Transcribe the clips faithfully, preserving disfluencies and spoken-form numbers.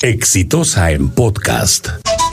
Exitosa en podcast.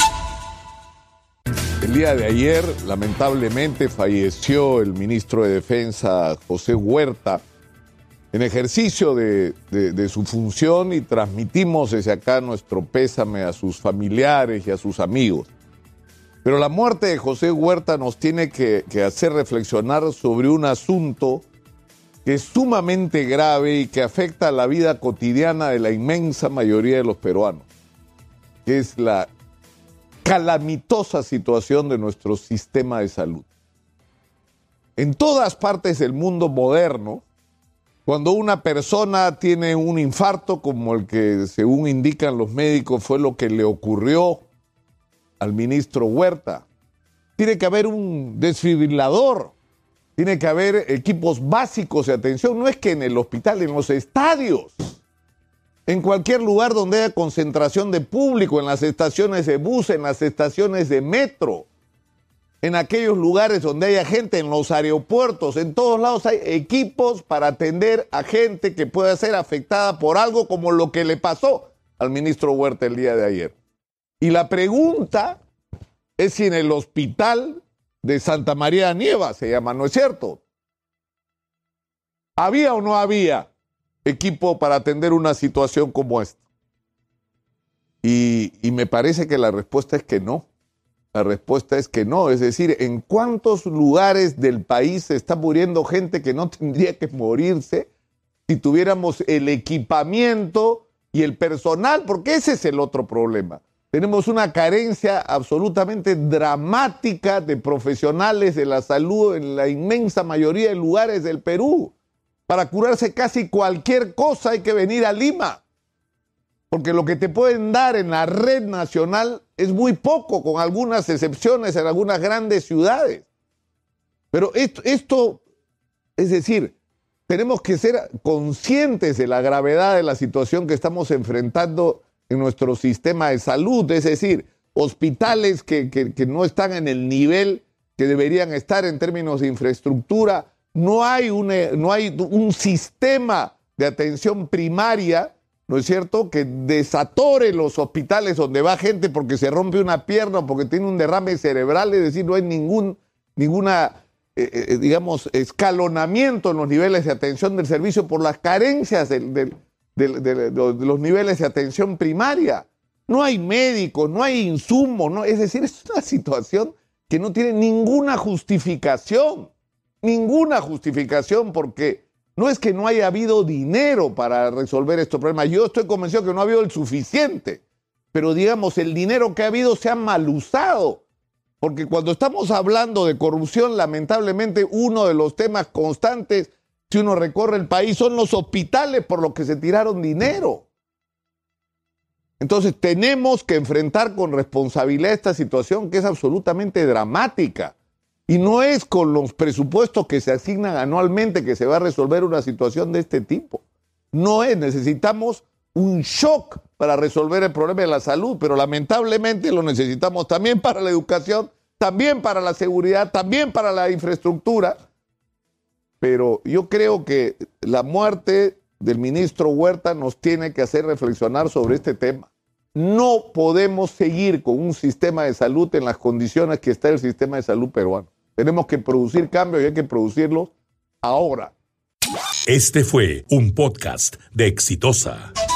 El día de ayer, lamentablemente, falleció el ministro de Defensa, José Huerta, en ejercicio de, de, de su función, y transmitimos desde acá nuestro pésame a sus familiares y a sus amigos. Pero la muerte de José Huerta nos tiene que, que hacer reflexionar sobre un asunto que es sumamente grave y que afecta a la vida cotidiana de la inmensa mayoría de los peruanos, que es la calamitosa situación de nuestro sistema de salud. En todas partes del mundo moderno, cuando una persona tiene un infarto, como el que según indican los médicos fue lo que le ocurrió al ministro Huerta, tiene que haber un desfibrilador, tiene que haber equipos básicos de atención. No es que en el hospital, en los estadios, en cualquier lugar donde haya concentración de público, en las estaciones de bus, en las estaciones de metro, en aquellos lugares donde haya gente, en los aeropuertos, en todos lados hay equipos para atender a gente que pueda ser afectada por algo como lo que le pasó al ministro Huerta el día de ayer. Y la pregunta es si en el hospital de Santa María de Nieva, se llama, ¿no es cierto?, ¿había o no había equipo para atender una situación como esta? Y, y me parece que la respuesta es que no. La respuesta es que no. Es decir, ¿en cuántos lugares del país se está muriendo gente que no tendría que morirse si tuviéramos el equipamiento y el personal? Porque ese es el otro problema. Tenemos una carencia absolutamente dramática de profesionales de la salud en la inmensa mayoría de lugares del Perú. Para curarse casi cualquier cosa hay que venir a Lima, porque lo que te pueden dar en la red nacional es muy poco, con algunas excepciones en algunas grandes ciudades. Pero esto, esto, es decir, tenemos que ser conscientes de la gravedad de la situación que estamos enfrentando en nuestro sistema de salud, es decir, hospitales que, que, que no están en el nivel que deberían estar en términos de infraestructura. No hay, una, no hay un sistema de atención primaria, ¿no es cierto?, que desatore los hospitales donde va gente porque se rompe una pierna o porque tiene un derrame cerebral. Es decir, no hay ningún, ninguna, eh, eh, digamos, escalonamiento en los niveles de atención del servicio por las carencias del, del De, de, de, de los niveles de atención primaria. No hay médicos, no hay insumos, no, es decir, es una situación que no tiene ninguna justificación, ninguna justificación, porque no es que no haya habido dinero para resolver estos problemas. Yo estoy convencido que no ha habido el suficiente, pero digamos, el dinero que ha habido se ha mal usado, porque cuando estamos hablando de corrupción, lamentablemente uno de los temas constantes, si uno recorre el país, son los hospitales por los que se tiraron dinero. Entonces tenemos que enfrentar con responsabilidad esta situación que es absolutamente dramática. Y no es con los presupuestos que se asignan anualmente que se va a resolver una situación de este tipo. No es, necesitamos un shock para resolver el problema de la salud, pero lamentablemente lo necesitamos también para la educación, también para la seguridad, también para la infraestructura. Pero yo creo que la muerte del ministro Huerta nos tiene que hacer reflexionar sobre este tema. No podemos seguir con un sistema de salud en las condiciones que está el sistema de salud peruano. Tenemos que producir cambios y hay que producirlos ahora. Este fue un podcast de Exitosa.